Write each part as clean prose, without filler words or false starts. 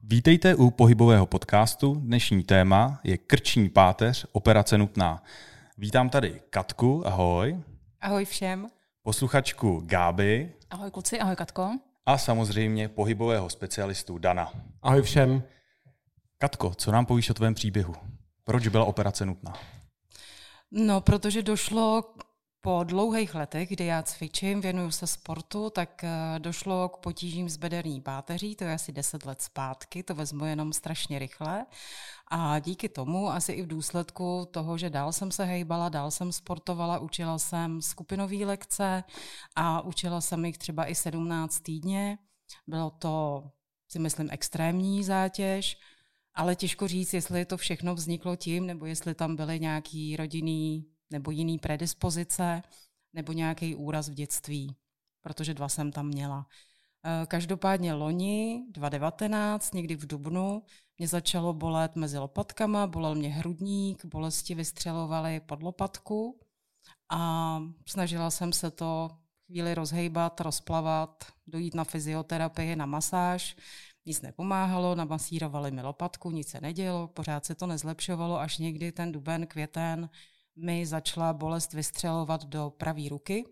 Vítejte u pohybového podcastu. Dnešní téma je krční páteř, operace nutná. Vítám tady Katku, ahoj. Ahoj všem. Posluchačku Gáby. Ahoj kluci, ahoj Katko. A samozřejmě pohybového specialistu Dana. Ahoj všem. Katko, co nám povíš o tvém příběhu? Proč byla operace nutná? No, protože došlo po dlouhých letech, kdy já cvičím, věnuju se sportu, tak došlo k potížím s bederní páteří, to je asi 10 let zpátky, to vezmu jenom strašně rychle. A díky tomu, asi i v důsledku toho, že dál jsem se hejbala, dál jsem sportovala, učila jsem skupinové lekce a učila jsem jich třeba i 17 týdně. Bylo to, si myslím, extrémní zátěž, ale těžko říct, jestli to všechno vzniklo tím, nebo jestli tam byly nějaký rodinný nebo jiný predispozice, nebo nějaký úraz v dětství, protože 2 jsem tam měla. Každopádně loni, 2019, někdy v dubnu, mě začalo bolet mezi lopatkama, bolel mě hrudník, bolesti vystřelovaly pod lopatku a snažila jsem se to chvíli rozhejbat, rozplavat, dojít na fyzioterapii, na masáž. Nic nepomáhalo, namasírovali mi lopatku, nic se nedělo, pořád se to nezlepšovalo, až někdy ten duben, květen mi začala bolest vystřelovat do pravé ruky.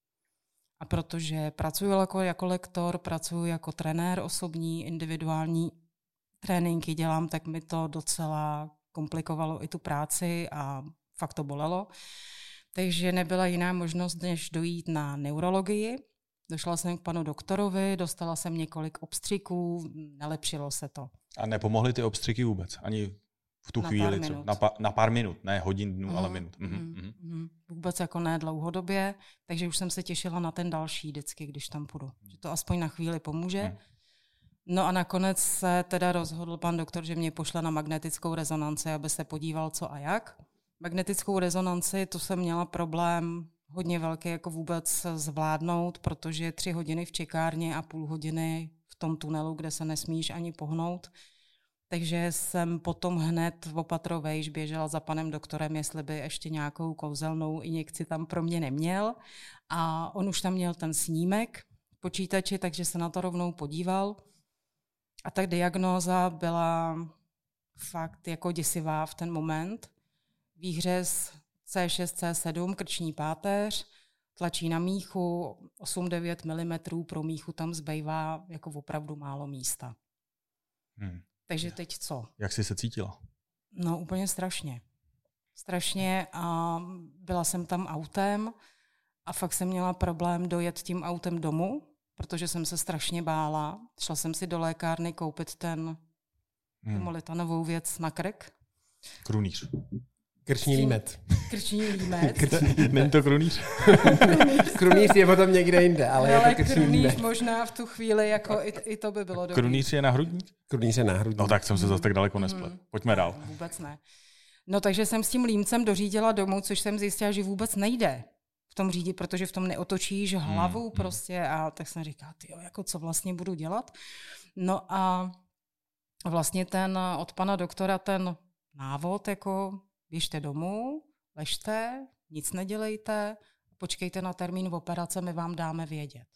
A protože pracuji jako lektor, pracuji jako trenér osobní, individuální tréninky dělám, tak mi to docela komplikovalo i tu práci a fakt to bolelo. Takže nebyla jiná možnost, než dojít na neurologii. Došla jsem k panu doktorovi, dostala jsem několik obstřiků, nelepšilo se to. A nepomohly ty obstřiky vůbec? Ani v tu chvíli? Na pár minut, ne hodin, dnů, ale minut. Vůbec jako ne dlouhodobě, takže už jsem se těšila na ten další vždycky, když tam půjdu. Že to aspoň na chvíli pomůže. No a nakonec se teda rozhodl pan doktor, že mě pošle na magnetickou rezonanci, aby se podíval co a jak. Magnetickou rezonanci, to jsem měla problém hodně velký jako vůbec zvládnout, protože 3 hodiny v čekárně a půl hodiny v tom tunelu, kde se nesmíš ani pohnout. Takže jsem potom hned opatrovejš běžela za panem doktorem, jestli by ještě nějakou kouzelnou injekci tam pro mě neměl. A on už tam měl ten snímek v počítači, takže se na to rovnou podíval. A ta diagnóza byla fakt jako děsivá v ten moment. Výhřez C6, C7, krční páteř, tlačí na míchu, 8-9 mm pro míchu tam zbývá jako opravdu málo místa. Takže teď co? Jak jsi se cítila? No úplně strašně. Strašně a byla jsem tam autem a fakt jsem měla problém dojet tím autem domů, protože jsem se strašně bála. Šla jsem si do lékárny koupit ten molitanovou věc na krk. Krunýř. Krční límet. Krční límet. Není to krunýř? Krunýř je potom někde jinde, ale je to krční límet. Možná v tu chvíli jako i to by bylo dobré. Krunýř je na hrudník? Krunýř je na hrudník. No tak jsem se zase tak daleko nesplet. Pojďme dál. Vůbec ne. No takže jsem s tím límcem dořídila domů, což jsem zjistila, že vůbec nejde v tom řídit, protože v tom neotočíš hlavu prostě a tak jsem říkala, tyjo, jako co vlastně budu dělat? No a vlastně ten od pana doktora ten návod jako běžte domů, ležte, nic nedělejte, počkejte na termín operace, my vám dáme vědět.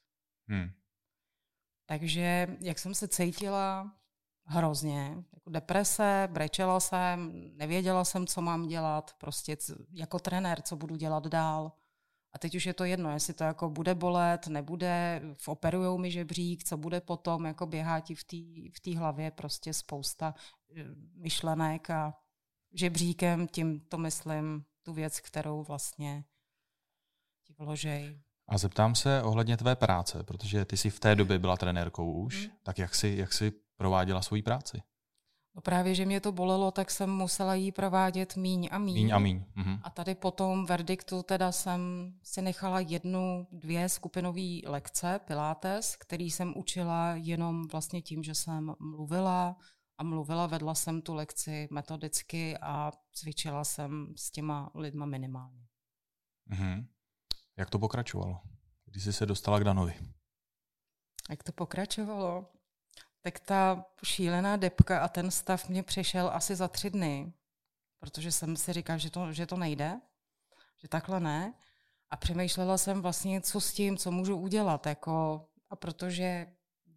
Takže jak jsem se cítila hrozně, jako deprese, brečela jsem, nevěděla jsem, co mám dělat, prostě jako trenér, co budu dělat dál. A teď už je to jedno, jestli to jako bude bolet, nebude, operujou mi žebřík, co bude potom, jako běhá ti v té hlavě prostě spousta myšlenek a žebříkem, tím to myslím tu věc, kterou vlastně ti vložej. A zeptám se ohledně tvé práce, protože ty jsi v té době byla trenérkou už, tak jak jsi prováděla svoji práci? No právě, že mě to bolelo, tak jsem musela jí provádět míň a míň. A tady po tom verdiktu teda jsem si nechala 1-2 skupinové lekce Pilates, který jsem učila jenom vlastně tím, že jsem mluvila, vedla jsem tu lekci metodicky a cvičila jsem s těma lidma minimálně. Jak to pokračovalo? Když jsi se dostala k Danovi? Jak to pokračovalo? Tak ta šílená depka a ten stav mě přešel asi za 3 dny, protože jsem si říkala, že to nejde, že takhle ne. A přemýšlela jsem vlastně, co s tím, co můžu udělat. Jako, a protože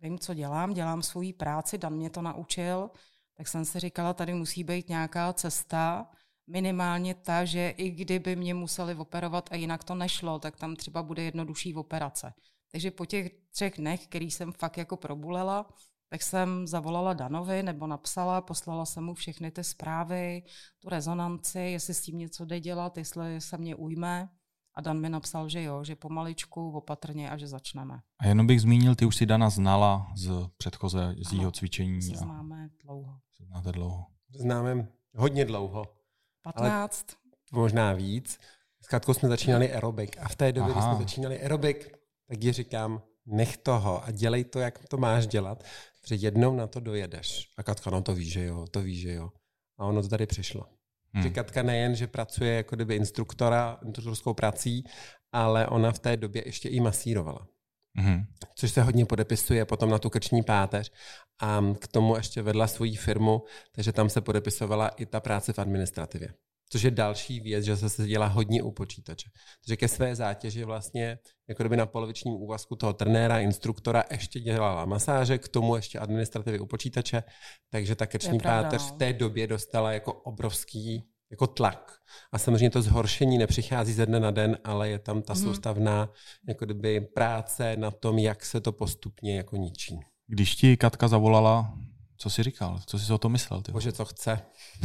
vím, co dělám svoji práci, Dan mě to naučil, tak jsem si říkala, tady musí být nějaká cesta, minimálně ta, že i kdyby mě museli operovat a jinak to nešlo, tak tam třeba bude jednodušší operace. Takže po těch 3 dnech, který jsem fakt jako probulela, tak jsem zavolala Danovi nebo napsala, poslala jsem mu všechny ty zprávy, tu rezonanci, jestli s tím něco jde dělat, jestli se mě ujme. A Dan mi napsal, že jo, že pomaličku, opatrně a že začneme. A jenom bych zmínil, ty už si Dana znala z předchozího cvičení. Se známe dlouho. Znáte dlouho. Známe hodně dlouho. 15. Ale možná víc. S Katkou jsme začínali aerobik a v té době, kdy jsme začínali aerobik, tak ji říkám, nech toho a dělej to, jak to máš dělat, protože jednou na to dojedeš. A Katka, no to ví, že jo. A ono to tady přišlo. Že Katka nejen, že pracuje jako kdyby instruktorskou prací, ale ona v té době ještě i masírovala. Což se hodně podepisuje potom na tu krční páteř a k tomu ještě vedla svoji firmu, takže tam se podepisovala i ta práce v administrativě. Což je další věc, že se dělá hodně u počítače. Takže ke své zátěži vlastně jako kdyby na polovičním úvazku toho trenéra, instruktora ještě dělala masáže, k tomu ještě administrativy u počítače, takže ta krční páteř v té době dostala jako obrovský jako tlak. A samozřejmě to zhoršení nepřichází ze dne na den, ale je tam ta soustavná jako kdyby práce na tom, jak se to postupně jako ničí. Když ti Katka zavolala, co jsi říkal? Co jsi o tom myslel? Bože, co chce.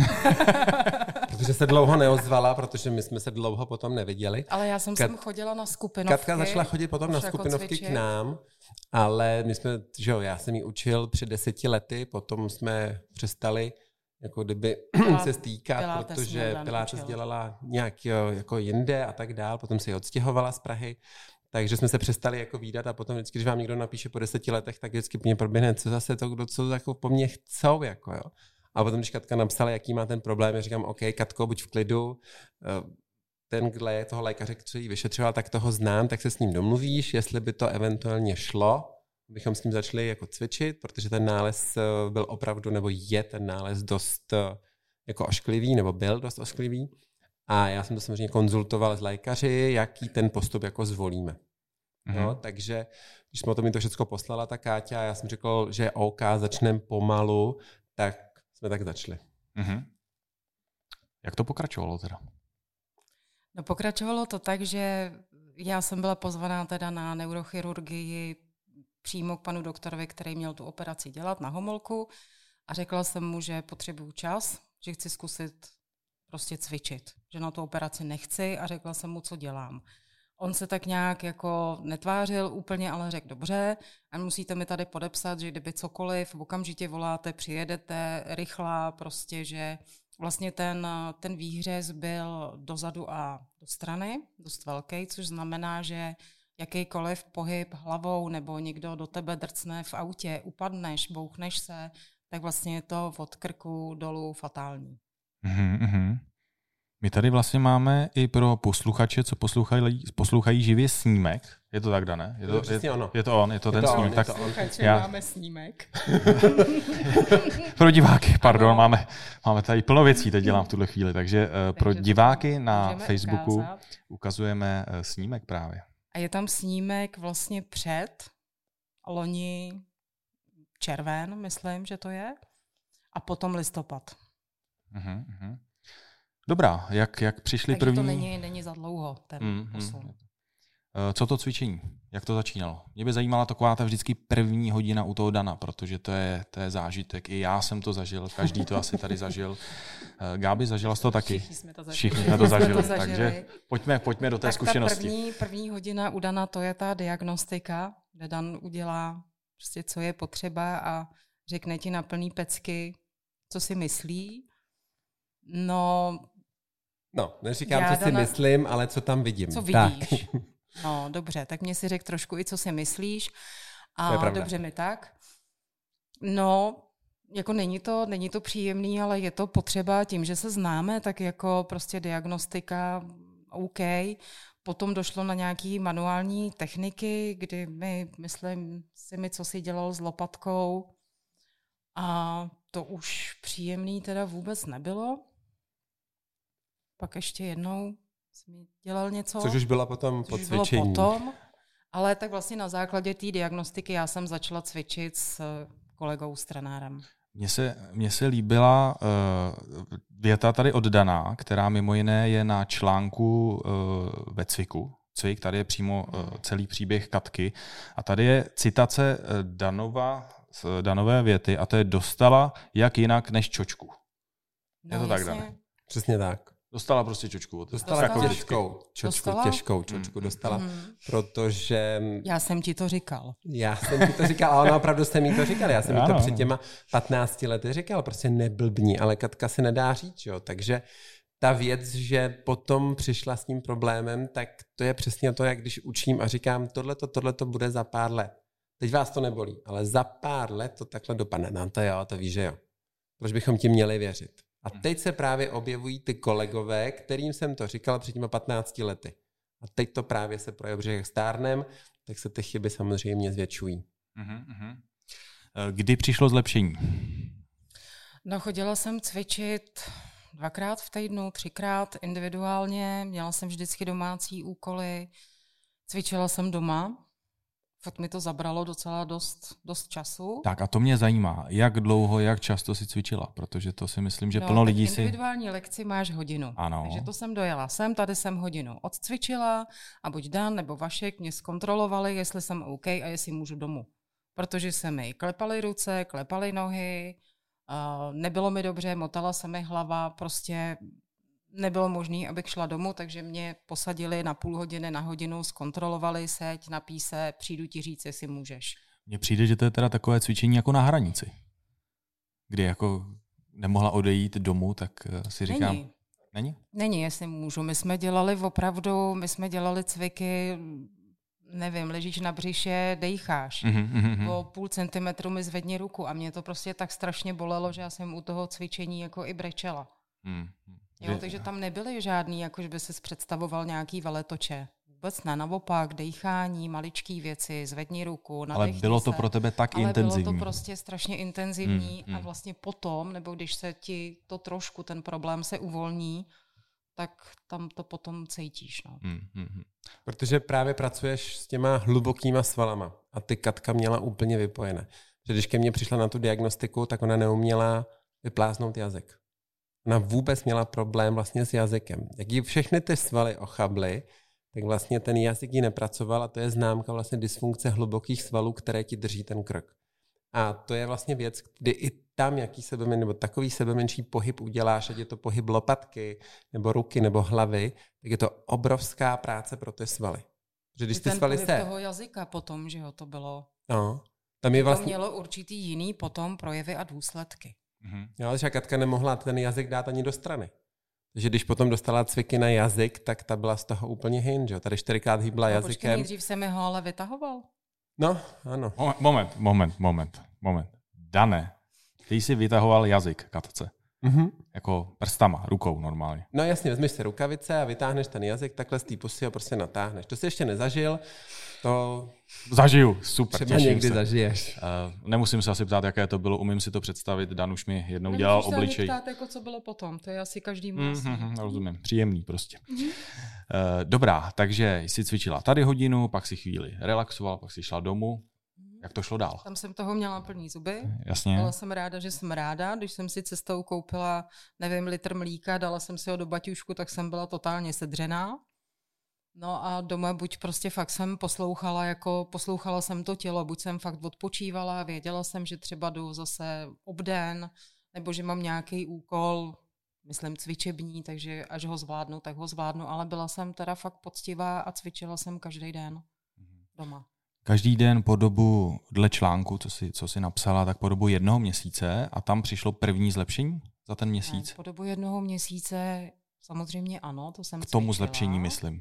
Protože se dlouho neozvala, protože my jsme se dlouho potom neviděli. Ale já jsem sem chodila na skupinovky. Katka začala chodit potom na skupinovky k nám, ale my jsme, že jo, já jsem ji učil před 10 lety, potom jsme přestali jako kdyby se stýkat, protože Pilates dělala nějak jako jinde a tak dál, potom se ji odstěhovala z Prahy. Takže jsme se přestali jako vídat a potom vždycky, když vám někdo napíše po 10 letech, tak vždycky mě proběhne, co zase to, kdo co jako po mně chcou, jako jo. A potom, když Katka napsala, jaký má ten problém, já říkám, OK, Katko, buď v klidu, ten, kdo je toho lékaře, který ji vyšetřoval, tak toho znám, tak se s ním domluvíš, jestli by to eventuálně šlo, bychom s ním začali jako cvičit, protože ten nález byl opravdu, nebo je ten nález dost jako ošklivý, nebo byl dost ošklivý. A já jsem to samozřejmě konzultoval s lékaři, jaký ten postup jako zvolíme. No, takže když jsme o tom mi to všechno poslala ta Káťa a já jsem řekl, že OK, začneme pomalu, tak jsme tak začali. Jak to pokračovalo teda? No, pokračovalo to tak, že já jsem byla pozvaná teda na neurochirurgii přímo k panu doktorovi, který měl tu operaci dělat na Homolku a řekla jsem mu, že potřebuju čas, že chci zkusit prostě cvičit, že na tu operaci nechci a řekla jsem mu, co dělám. On se tak nějak jako netvářil úplně, ale řekl dobře, a musíte mi tady podepsat, že kdyby cokoliv, okamžitě voláte, přijedete, rychlá, prostě, že vlastně ten výhřez byl dozadu a do strany, dost velký, což znamená, že jakýkoliv pohyb hlavou nebo někdo do tebe drcne v autě, upadneš, bouchneš se, tak vlastně je to od krku dolů fatální. My tady vlastně máme i pro posluchače, co poslouchají živě snímek. Je to tak, Dané? Je to ten snímek. Máme snímek. Pro diváky, pardon, máme tady plno věcí, teď dělám v tuhle chvíli. Takže pro diváky na Facebooku ukazujeme snímek právě. A je tam snímek vlastně před loni červen, myslím, že to je, a potom listopad. Dobrá, jak přišli takže první... Takže to není za dlouho, ten posun. Co to cvičení? Jak to začínalo? Mě by zajímala taková ta vždycky první hodina u toho Dana, protože to je zážitek. I já jsem to zažil, každý to asi tady zažil. Gábi, zažila jsi to taky? Všichni jsme to zažili. Takže pojďme do té zkušenosti. První hodina u Dana, to je ta diagnostika, kde Dan udělá prostě, co je potřeba a řekne ti na plný pecky, co si myslí. No, neříkám, co si myslím, ale co tam vidím. Co vidíš? Tak. No, dobře, tak mě si řek trošku i, co si myslíš. A dobře mi tak. No, jako není to příjemný, ale je to potřeba tím, že se známe, tak jako prostě diagnostika, OK. Potom došlo na nějaký manuální techniky, kdy myslím si co si dělal s lopatkou a to už příjemný teda vůbec nebylo. Pak ještě jednou jsem dělal něco. Což už bylo potom po cvičení. Ale tak vlastně na základě té diagnostiky já jsem začala cvičit s kolegou s trenérem. Mně se líbila věta tady od Dana, která mimo jiné je na článku ve Cviku. Cvik, tady je přímo celý příběh Katky. A tady je citace Danové věty a to je dostala jak jinak než čočku. No, je to tak, Dane? Přesně tak. Dostala prostě čočku. Dostala jako těžkou čočku dostala, protože... Já jsem ti to říkal. Ale ona opravdu jste mi to říkal. Já jsem mi to před těma 15 lety říkal, prostě neblbní, ale Katka si nedá říct, jo. Takže ta věc, že potom přišla s tím problémem, tak to je přesně to, jak když učím a říkám, tohleto bude za pár let. Teď vás to nebolí, ale za pár let to takhle dopadne. No to jo, to víš, že jo. Proč bychom ti měli věřit? A teď se právě objevují ty kolegové, kterým jsem to říkal před těma 15 lety. A teď to právě se projevuje, jak stárnem, tak se ty chyby samozřejmě zvětšují. Kdy přišlo zlepšení? No, chodila jsem cvičit 2krát v týdnu, 3krát individuálně, měla jsem vždycky domácí úkoly, cvičila jsem doma. Fakt mi to zabralo docela dost času. Tak a to mě zajímá, jak dlouho, jak často si cvičila, protože to si myslím, že plno lidí si... individuální lekci máš hodinu. Ano. Takže to jsem dojela. Tady jsem hodinu odcvičila a buď Dan nebo Vašek mě zkontrolovali, jestli jsem OK a jestli můžu domů. Protože se mi klepaly ruce, klepaly nohy, nebylo mi dobře, motala se mi hlava, prostě... Nebylo možné, abych šla domů, takže mě posadili na půl hodiny, na hodinu, zkontrolovali, seď, napí se, přijdu ti říct, jestli můžeš. Mně přijde, že to je teda takové cvičení jako na hranici, kdy jako nemohla odejít domů, tak si říkám... Není, jestli můžu. My jsme dělali cviky, nevím, ležíš na břiše, dejcháš. Po půl centimetru mi zvedni ruku a mě to prostě tak strašně bolelo, že já jsem u toho cvičení jako i brečela. Jo, takže tam nebyly žádný, jakože by ses představoval nějaký veletoče. Vůbec ne, naopak, dejchání, maličký věci, zvedni ruku, nadechni se. Ale bylo to pro tebe tak intenzivní. Bylo to prostě strašně intenzivní a vlastně potom, nebo když se ti to trošku, ten problém se uvolní, tak tam to potom cítíš. No. Protože právě pracuješ s těma hlubokýma svalama a ty Katka měla úplně vypojené. Že když ke mně přišla na tu diagnostiku, tak ona neuměla vypláznout jazyk. Ona vůbec měla problém vlastně s jazykem. Jak jí všechny ty svaly ochably, tak vlastně ten jazyk jí nepracoval a to je známka vlastně dysfunkce hlubokých svalů, které ti drží ten krk. A to je vlastně věc, kdy i tam nebo takový sebemenší pohyb uděláš, ať je to pohyb lopatky, nebo ruky, nebo hlavy, tak je to obrovská práce pro ty svaly. Že když ty svaly pohyb toho jazyka potom, že jo, to bylo... No, tam je vlastně... To mělo určitý jiný potom projevy a důsledky. Jo, ale Katka nemohla ten jazyk dát ani do strany. Takže když potom dostala cviky na jazyk, tak ta byla z toho úplně hinge. Jo. Tady 4krát hýbla jazykem. Počkej, nejdřív se mi ho ale vytahoval. No, ano. Moment. Dane, ty jsi vytahoval jazyk Katce. Jako prstama, rukou normálně. No jasně, vezmeš si rukavice a vytáhneš ten jazyk, takhle z té pusy ho prostě natáhneš. To jsi ještě nezažil, to... Zažiju, super, třeba někdy zažiješ. Nemusím se asi ptát, jaké to bylo, umím si to představit, Dan už mi jednou dělal obličej. Nemusíš se ptát, jako co bylo potom, to je asi každý musí. Rozumím, příjemný prostě. Dobrá, takže jsi cvičila tady hodinu, pak si chvíli relaxoval, pak si šla domů. Jak to šlo dál? Tam jsem toho měla plný zuby. Jasně. Byla jsem ráda, že jsem ráda. Když jsem si cestou koupila, litr mlíka, dala jsem si ho do baťušku, tak jsem byla totálně sedřená. No a doma buď prostě fakt jsem poslouchala jsem to tělo, buď jsem fakt odpočívala, věděla jsem, že třeba jdu zase obden, nebo že mám nějaký úkol, myslím cvičební, takže až ho zvládnu, tak ho zvládnu, ale byla jsem teda fakt poctivá a cvičila jsem každý den doma. Každý den po dobu, dle článku, co jsi napsala, tak po dobu 1 měsíce a tam přišlo první zlepšení za ten měsíc? Ne, po dobu 1 měsíce samozřejmě ano, to jsem K tomu cvičila. Zlepšení myslím.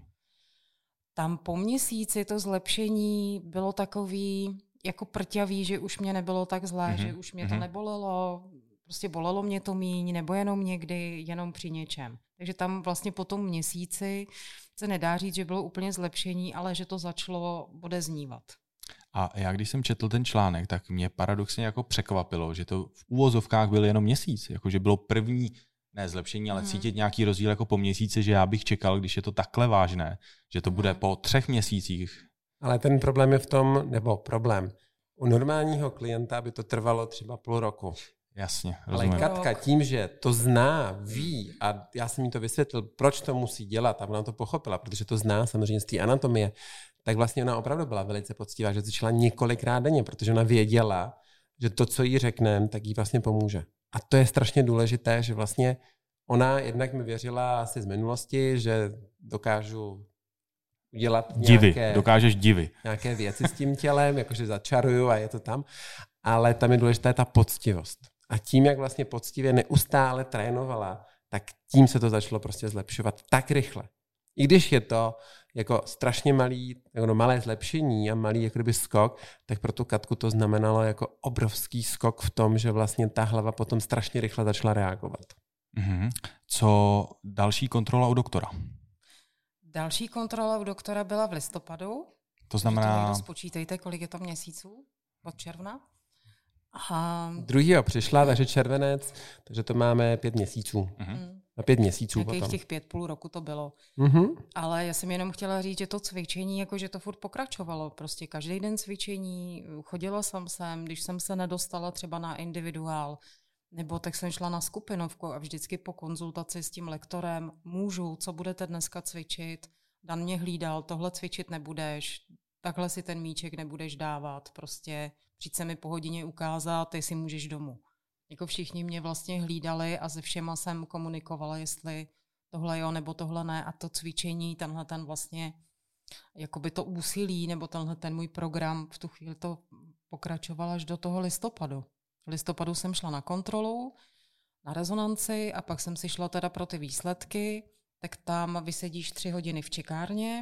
Tam po měsíci to zlepšení bylo takový jako prťavý, že už mě nebylo tak zlé, že už mě to nebolelo, prostě bolelo mě to míň, nebo jenom někdy, jenom při něčem. Takže tam vlastně po tom měsíci se nedá říct, že bylo úplně zlepšení, ale že to začalo odeznívat. A já když jsem četl ten článek, tak mě paradoxně jako překvapilo, že to v úvozovkách byl jenom měsíc, jakože bylo první, ne zlepšení, ale cítit nějaký rozdíl jako po měsíci, že já bych čekal, když je to takhle vážné, že to bude po 3 měsících, Ale ten problém je v tom, nebo problém, u normálního klienta by to trvalo třeba půl roku. Jasně, rozumím. Ale Katka tím, že to zná, ví a já jsem jí to vysvětlil, proč to musí dělat a ona to pochopila, protože to zná samozřejmě z té anatomie, tak vlastně ona opravdu byla velice poctivá, že cvičila několikrát denně, protože ona věděla, že to, co jí řekneme, tak jí vlastně pomůže. A to je strašně důležité, že vlastně ona jednak mi věřila asi z minulosti, že dokážu udělat dokážeš divy. Nějaké věci s tím tělem, jakože začaruju a je to tam, ale tam je důležitá ta poctivost. A tím, jak vlastně poctivě neustále trénovala, tak tím se to začalo prostě zlepšovat tak rychle. I když je to jako strašně malé zlepšení a malý jako kdyby skok, tak pro tu Katku to znamenalo jako obrovský skok v tom, že vlastně ta hlava potom strašně rychle začala reagovat. Mm-hmm. Co další kontrola u doktora? Další kontrola u doktora byla v listopadu. To znamená... Spočítejte, kolik je to měsíců od června. A... 2. přišla, takže červenec, takže to máme 5 měsíců. Mm-hmm. Na 5 měsíců jakých potom. Těch 5,5 roku to bylo. Mm-hmm. Ale já jsem jenom chtěla říct, že to cvičení, jakože to furt pokračovalo. Prostě každý den cvičení, chodila jsem sem, když jsem se nedostala třeba na individuál, nebo tak jsem šla na skupinovku a vždycky po konzultaci s tím lektorem můžu, co budete dneska cvičit. Dan mě hlídal, tohle cvičit nebudeš, takhle si ten míček nebudeš dávat, prostě přijď se mi po hodině ukázat, ty si můžeš domů. Jako všichni mě vlastně hlídali a se všema jsem komunikovala, jestli tohle jo nebo tohle ne. A to cvičení, tenhle ten vlastně, jakoby to úsilí nebo tenhle ten můj program v tu chvíli to pokračoval až do toho listopadu. V listopadu jsem šla na kontrolu, na rezonanci a pak jsem si šla teda pro ty výsledky, tak tam vysedíš 3 hodiny v čekárně.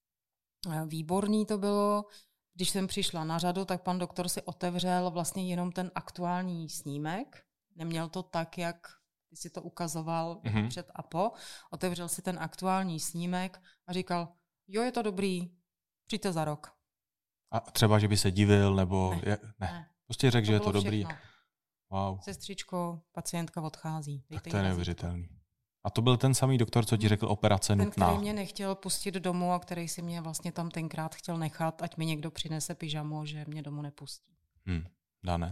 Výborný to bylo. Když jsem přišla na řadu, tak pan doktor si otevřel vlastně jenom ten aktuální snímek. Neměl to tak, jak ty si to ukazoval před a po. Otevřel si ten aktuální snímek a říkal, jo, je to dobrý, přijďte za rok. A třeba, že by se divil, nebo... Ne. Prostě řekl, že je to dobrý. Wow. Sestřičko, pacientka odchází. Tak to je neuvěřitelný. A to byl ten samý doktor, co ti řekl operace nutná. Ten, který mě nechtěl pustit domů a který si mě vlastně tam tenkrát chtěl nechat, ať mi někdo přinese pyžamo, že mě domů nepustí. Dané.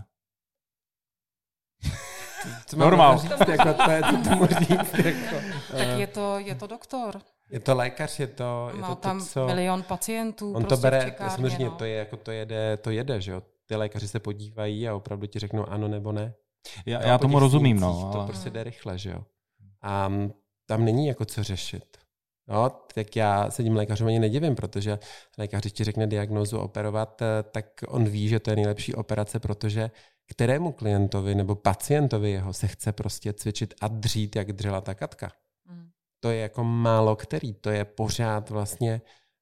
Normál. Jako, to je to tomu říct. Jako. Tak je to doktor. Je to lékař, je to má to, tam co... milion pacientů. On prostě to bere, čekárně, samozřejmě, no. to je jako to jede, že jo. Ty lékaři se podívají a opravdu ti řeknou ano nebo ne. Já tomu rozumím, no. To prostě jde rychle, že jo. A tam není jako co řešit. No, tak já se tím lékařům ani nedivím, protože lékař ti řekne diagnózu operovat, tak on ví, že to je nejlepší operace, protože kterému klientovi nebo pacientovi jeho se chce prostě cvičit a dřít, jak dřela ta Katka. To je jako málo který, to je pořád vlastně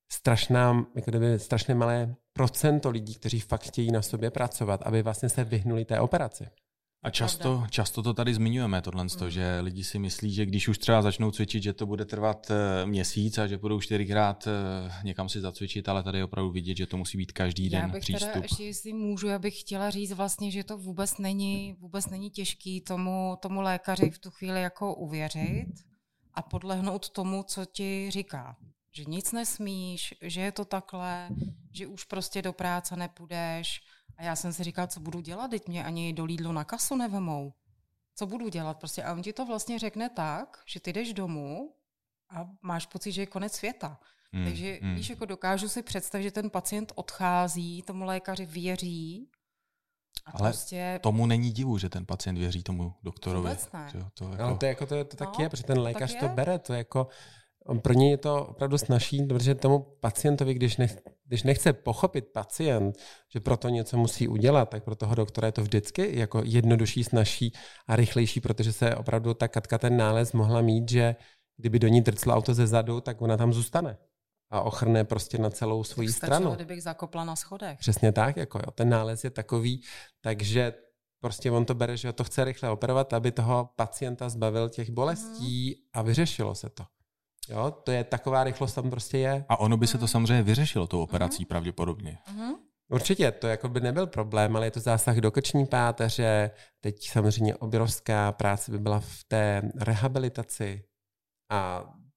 strašně malé procento lidí, kteří fakt chtějí na sobě pracovat, aby vlastně se vyhnuli té operaci. A často to tady zmiňujeme, že lidi si myslí, že když už třeba začnou cvičit, že to bude trvat měsíc a že budou 4krát někam si zacvičit, ale tady je opravdu vidět, že to musí být každý den přístup. Já bych teda ještě, jestli můžu, já bych chtěla říct vlastně, že to vůbec není těžký tomu lékaři v tu chvíli jako uvěřit a podlehnout tomu, co ti říká. Že nic nesmíš, že je to takhle, že už prostě do práce nepůjdeš. A já jsem si říkala, co budu dělat, teď mě ani do Lidlu na kasu nevemou. Co budu dělat? Prostě a on ti to vlastně řekne tak, že ty jdeš domů a máš pocit, že je konec světa. Takže víš, jako dokážu si představit, že ten pacient odchází, tomu lékaři věří. Ale prostě... tomu není divu, že ten pacient věří tomu doktorovi. Vůbec ne. Ale to tak je, protože ten lékař to bere, to jako... Pro něj je to opravdu snazší, protože tomu pacientovi, když nechce pochopit pacient, že proto něco musí udělat, tak pro toho doktora je to vždycky jako jednodušší, snazší a rychlejší, protože se opravdu ta Katka ten nález mohla mít, že kdyby do ní drclo auto ze zadu, tak ona tam zůstane a ochrne prostě na celou svoji stranu. Stačilo, kdybych zakopla na schodech. Přesně tak, jako jo, ten nález je takový, takže prostě on to bere, že to chce rychle operovat, aby toho pacienta zbavil těch bolestí a vyřešilo se to. Jo, to je taková rychlost tam prostě je. A ono by se to samozřejmě vyřešilo tou operací pravděpodobně. Určitě, to jako by nebyl problém, ale je to zásah do krční páteře, teď samozřejmě obrovská práce by byla v té rehabilitaci a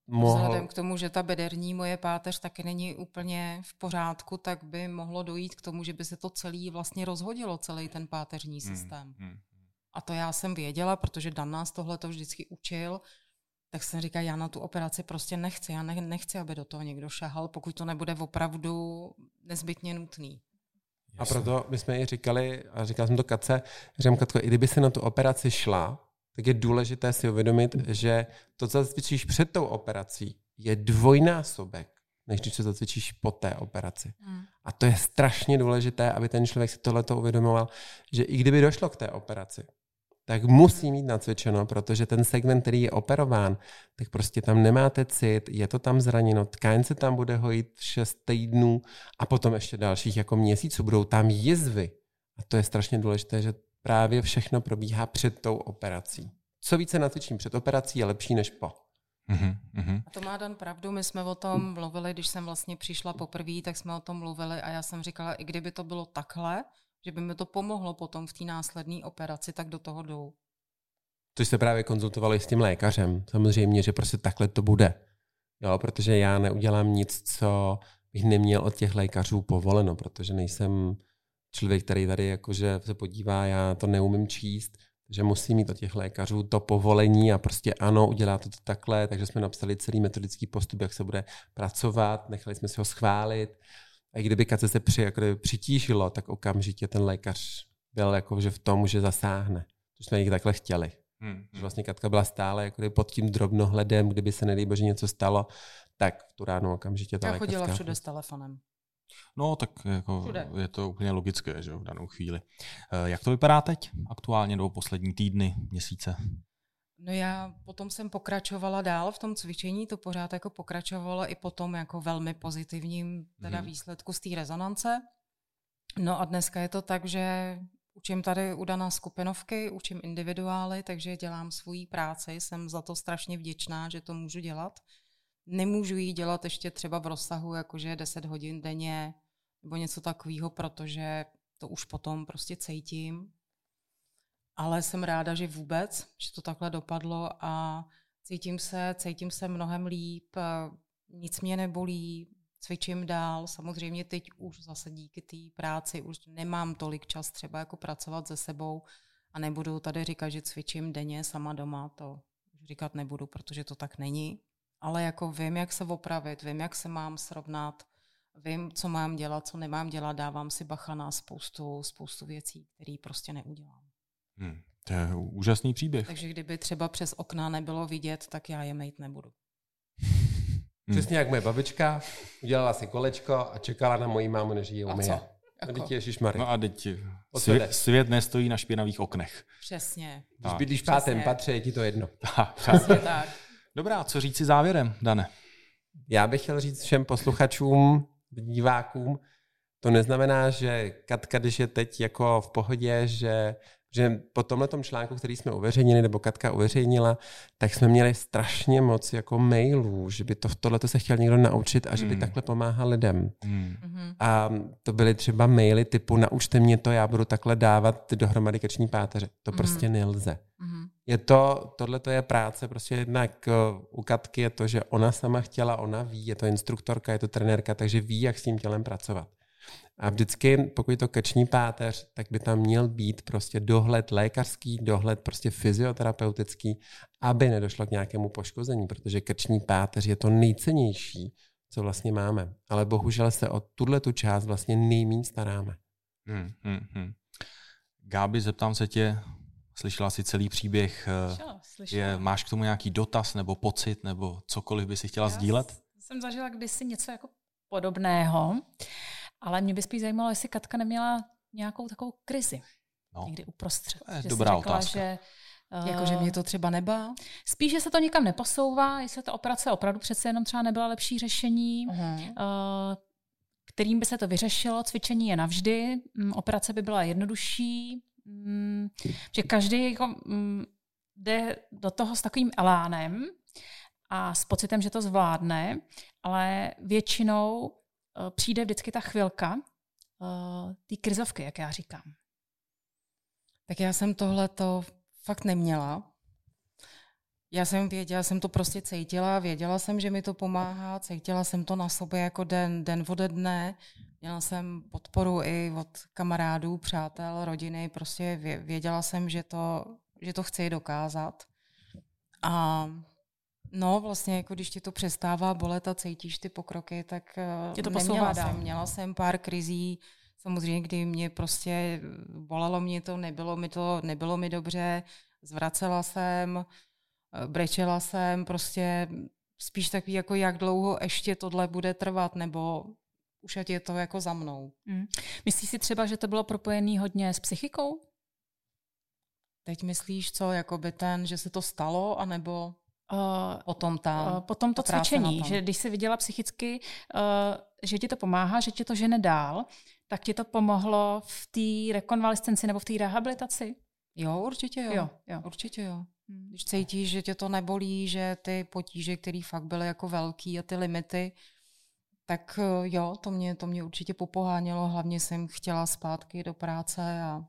Vzhledem k tomu, že ta bederní moje páteř taky není úplně v pořádku, tak by mohlo dojít k tomu, že by se to celý vlastně rozhodilo, celý ten páteřní systém. A to já jsem věděla, protože Dan nás tohle to vždycky učil, tak jsem říkala, já na tu operaci prostě nechci. Já nechci, aby do toho někdo šahal, pokud to nebude opravdu nezbytně nutný. A proto my jsme i říkali, a říkal jsem to Katce, říkám, Katko, i kdyby si na tu operaci šla, tak je důležité si uvědomit, že to, co zacvičíš před tou operací, je dvojnásobek, než když se zacvičíš po té operaci. A to je strašně důležité, aby ten člověk si tohleto uvědomoval, že i kdyby došlo k té operaci, tak musí mít nacvičeno, protože ten segment, který je operován, tak prostě tam nemáte cit, je to tam zraněno, tkáň se tam bude hojit 6 týdnů a potom ještě dalších jako měsíců, budou tam jizvy. A to je strašně důležité, že právě všechno probíhá před tou operací. Co více nacvičím před operací, je lepší než po. A to má Dan pravdu, my jsme o tom mluvili, když jsem vlastně přišla poprvé, tak jsme o tom mluvili a já jsem říkala, i kdyby to bylo takhle, že by mi to pomohlo potom v té následné operaci, tak do toho jdou. To jste právě konzultovali s tím lékařem. Samozřejmě, že prostě takhle to bude. Jo, protože já neudělám nic, co bych neměl od těch lékařů povoleno, protože nejsem člověk, který tady jakože se podívá, já to neumím číst, takže musím mít od těch lékařů to povolení a prostě ano, udělá to takhle, takže jsme napsali celý metodický postup, jak se bude pracovat, nechali jsme si ho schválit. A kdyby Katce se přitížilo, tak okamžitě ten lékař byl jakože v tom, že zasáhne. To jsme jich takhle chtěli. Že vlastně Katka byla stále jako pod tím drobnohledem, kdyby se nedej bože něco stalo, tak v tu ránu okamžitě ta lékařská. Já chodila všude s telefonem. No, tak jako je to úplně logické, že v danou chvíli. Jak to vypadá teď aktuálně do poslední týdny, měsíce? No já potom jsem pokračovala dál v tom cvičení, to pořád jako pokračovalo i potom jako velmi pozitivním teda výsledku z té rezonance. No a dneska je to tak, že učím tady u Dana skupinovky, učím individuály, takže dělám svoji práci, jsem za to strašně vděčná, že to můžu dělat. Nemůžu ji dělat ještě třeba v rozsahu jakože 10 hodin denně nebo něco takového, protože to už potom prostě cítím. Ale jsem ráda, že vůbec, že to takhle dopadlo a cítím se mnohem líp, nic mě nebolí, cvičím dál. Samozřejmě teď už zase díky té práci už nemám tolik čas třeba jako pracovat se sebou a nebudu tady říkat, že cvičím denně sama doma, to už říkat nebudu, protože to tak není. Ale jako vím, jak se opravit, vím, jak se mám srovnat, vím, co mám dělat, co nemám dělat, dávám si bacha na spoustu věcí, které prostě neudělám. To je úžasný příběh. Takže kdyby třeba přes okna nebylo vidět, tak já je mejt nebudu. Přesně jak moje babička, udělala si kolečko a čekala na moji mámu, než ji umyje. A co? Jako? Ježišmarja. No a teď svět nestojí na špinavých oknech. Přesně. Když bydlíš v 5. patře, je ti to jedno. Přesně tak. Dobrá, co říct si závěrem, Dane? Já bych chtěl říct všem posluchačům, divákům, to neznamená, že Katka, když je teď jako v pohodě, že po tomhletom článku, který jsme uveřejnili, nebo Katka uveřejnila, tak jsme měli strašně moc jako mailů, že by tohleto se chtěl někdo naučit a že by takhle pomáhal lidem. A to byly třeba maily typu naučte mě to, já budu takhle dávat dohromady krční páteře. To prostě nelze. Tohleto je práce, prostě jednak u Katky je to, že ona sama chtěla, ona ví, je to instruktorka, je to trenérka, takže ví, jak s tím tělem pracovat. A vždycky, pokud je to krční páteř, tak by tam měl být prostě dohled lékařský, dohled prostě fyzioterapeutický, aby nedošlo k nějakému poškození, protože krční páteř je to nejcennější, co vlastně máme. Ale bohužel se o tu část vlastně nejméně staráme. Gábi, zeptám se tě, slyšela jsi celý příběh, máš k tomu nějaký dotaz nebo pocit, nebo cokoliv by si chtěla sdílet? Jsem zažila kdysi něco jako podobného, ale mě by spíš zajímalo, jestli Katka neměla nějakou takovou krizi. Někdy uprostřed. To je dobrá otázka. Jakože mě to třeba nebá? Spíš, že se to nikam neposouvá, jestli ta operace opravdu přece jenom třeba nebyla lepší řešení, kterým by se to vyřešilo. Cvičení je navždy, operace by byla jednodušší, že každý jako, jde do toho s takovým elánem a s pocitem, že to zvládne, ale většinou přijde vždycky ta chvilka té krizovky, jak já říkám. Tak já jsem tohleto fakt neměla. Já jsem to prostě cítila, věděla jsem, že mi to pomáhá, cítila jsem to na sobě jako den ode dne. Měla jsem podporu i od kamarádů, přátel, rodiny, prostě věděla jsem, že to chci dokázat. A no vlastně, jako když ti to přestává bolet a cítíš ty pokroky, tak tě to posouvá dál. Měla jsem pár krizí, samozřejmě, kdy mě prostě bolelo mě to, nebylo mi dobře, zvracela jsem, brečela jsem, prostě spíš takový, jako jak dlouho ještě tohle bude trvat, nebo už ať je to jako za mnou. Myslíš si třeba, že to bylo propojené hodně s psychikou? Teď myslíš co, jakoby že se to stalo, anebo potom to cvičení, že když jsi viděla psychicky, že ti to pomáhá, že ti to žene dál, tak ti to pomohlo v té rekonvalescenci nebo v té rehabilitaci? Jo, určitě jo. Určitě jo. Když cítíš, že tě to nebolí, že ty potíže, které fakt byly jako velký a ty limity, tak jo, to mě určitě popohánělo. Hlavně jsem chtěla zpátky do práce a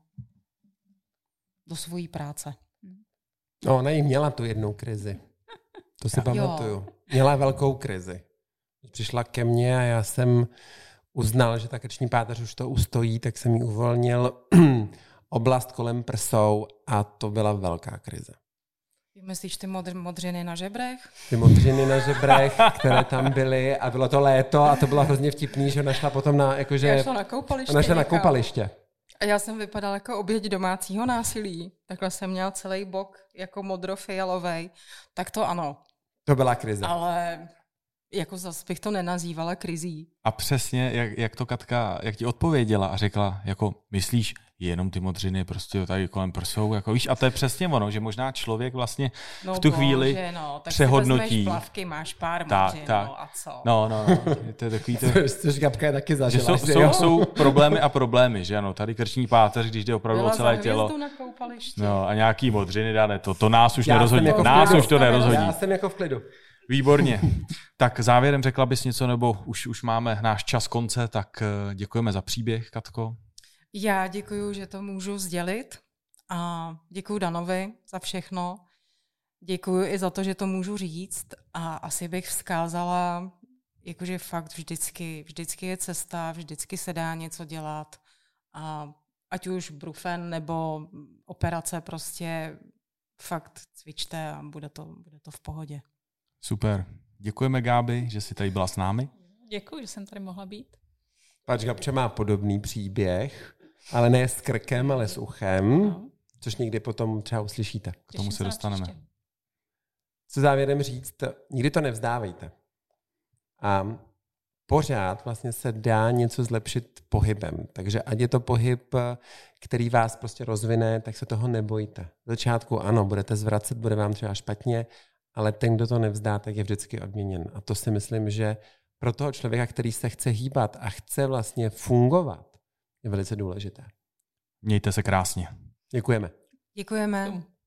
do svojí práce. No, ona jí měla tu jednou krizi. To si pamatuju. Měla velkou krizi. Přišla ke mně a já jsem uznal, že ta krční páteř už to ustojí, tak jsem jí uvolnil oblast kolem prsou a to byla velká krize. Myslíš ty modřiny na žebrech? Ty modřiny na žebrech, které tam byly a bylo to léto a to bylo hrozně vtipný, že našla potom na koupaliště. A já jsem vypadala jako oběť domácího násilí. Takhle jsem měla celý bok jako modrofialovej. Tak to ano. To byla krize. Ale jako zase bych to nenazývala krizí. A přesně, jak to Katka, jak ti odpověděla a řekla, jako myslíš, jenom ty modřiny prostě tady kolem prsou, jako víš, a to je přesně ono, že možná člověk vlastně v tu chvíli tak přehodnotí. Si vezmeš plavky, máš pár modřin, no a co? No, to je takový to... Což Gabka je taky zažila. Jsou problémy a problémy, že ano, tady krční páteř, když jde opravdu o celé tělo. Na koupališti. No a nějaký modřiny, Dane, to nás už nerozhodí. Nás už to nerozhodí. Já jsem jako v klidu. Výborně. Tak závěrem řekla bys něco, nebo už máme náš čas konce, tak děkujeme za příběh, Katko. Já děkuju, že to můžu sdělit a děkuju Danovi za všechno. Děkuju i za to, že to můžu říct a asi bych vzkázala, jakože fakt vždycky je cesta, vždycky se dá něco dělat a ať už brufen nebo operace, prostě fakt cvičte a bude to v pohodě. Super. Děkujeme, Gábi, že jsi tady byla s námi. Děkuji, že jsem tady mohla být. Pač Gabča má podobný příběh, ale ne s krkem, ale s uchem, což někdy potom třeba uslyšíte. K tomu se dostaneme. Co závěrem říct, nikdy to nevzdávejte. A pořád vlastně se dá něco zlepšit pohybem. Takže ať je to pohyb, který vás prostě rozvine, tak se toho nebojte. V začátku ano, budete zvracet, bude vám třeba špatně, ale ten, kdo to nevzdá, tak je vždycky odměněn. A to si myslím, že pro toho člověka, který se chce hýbat a chce vlastně fungovat, je velice důležité. Mějte se krásně. Děkujeme. Děkujeme.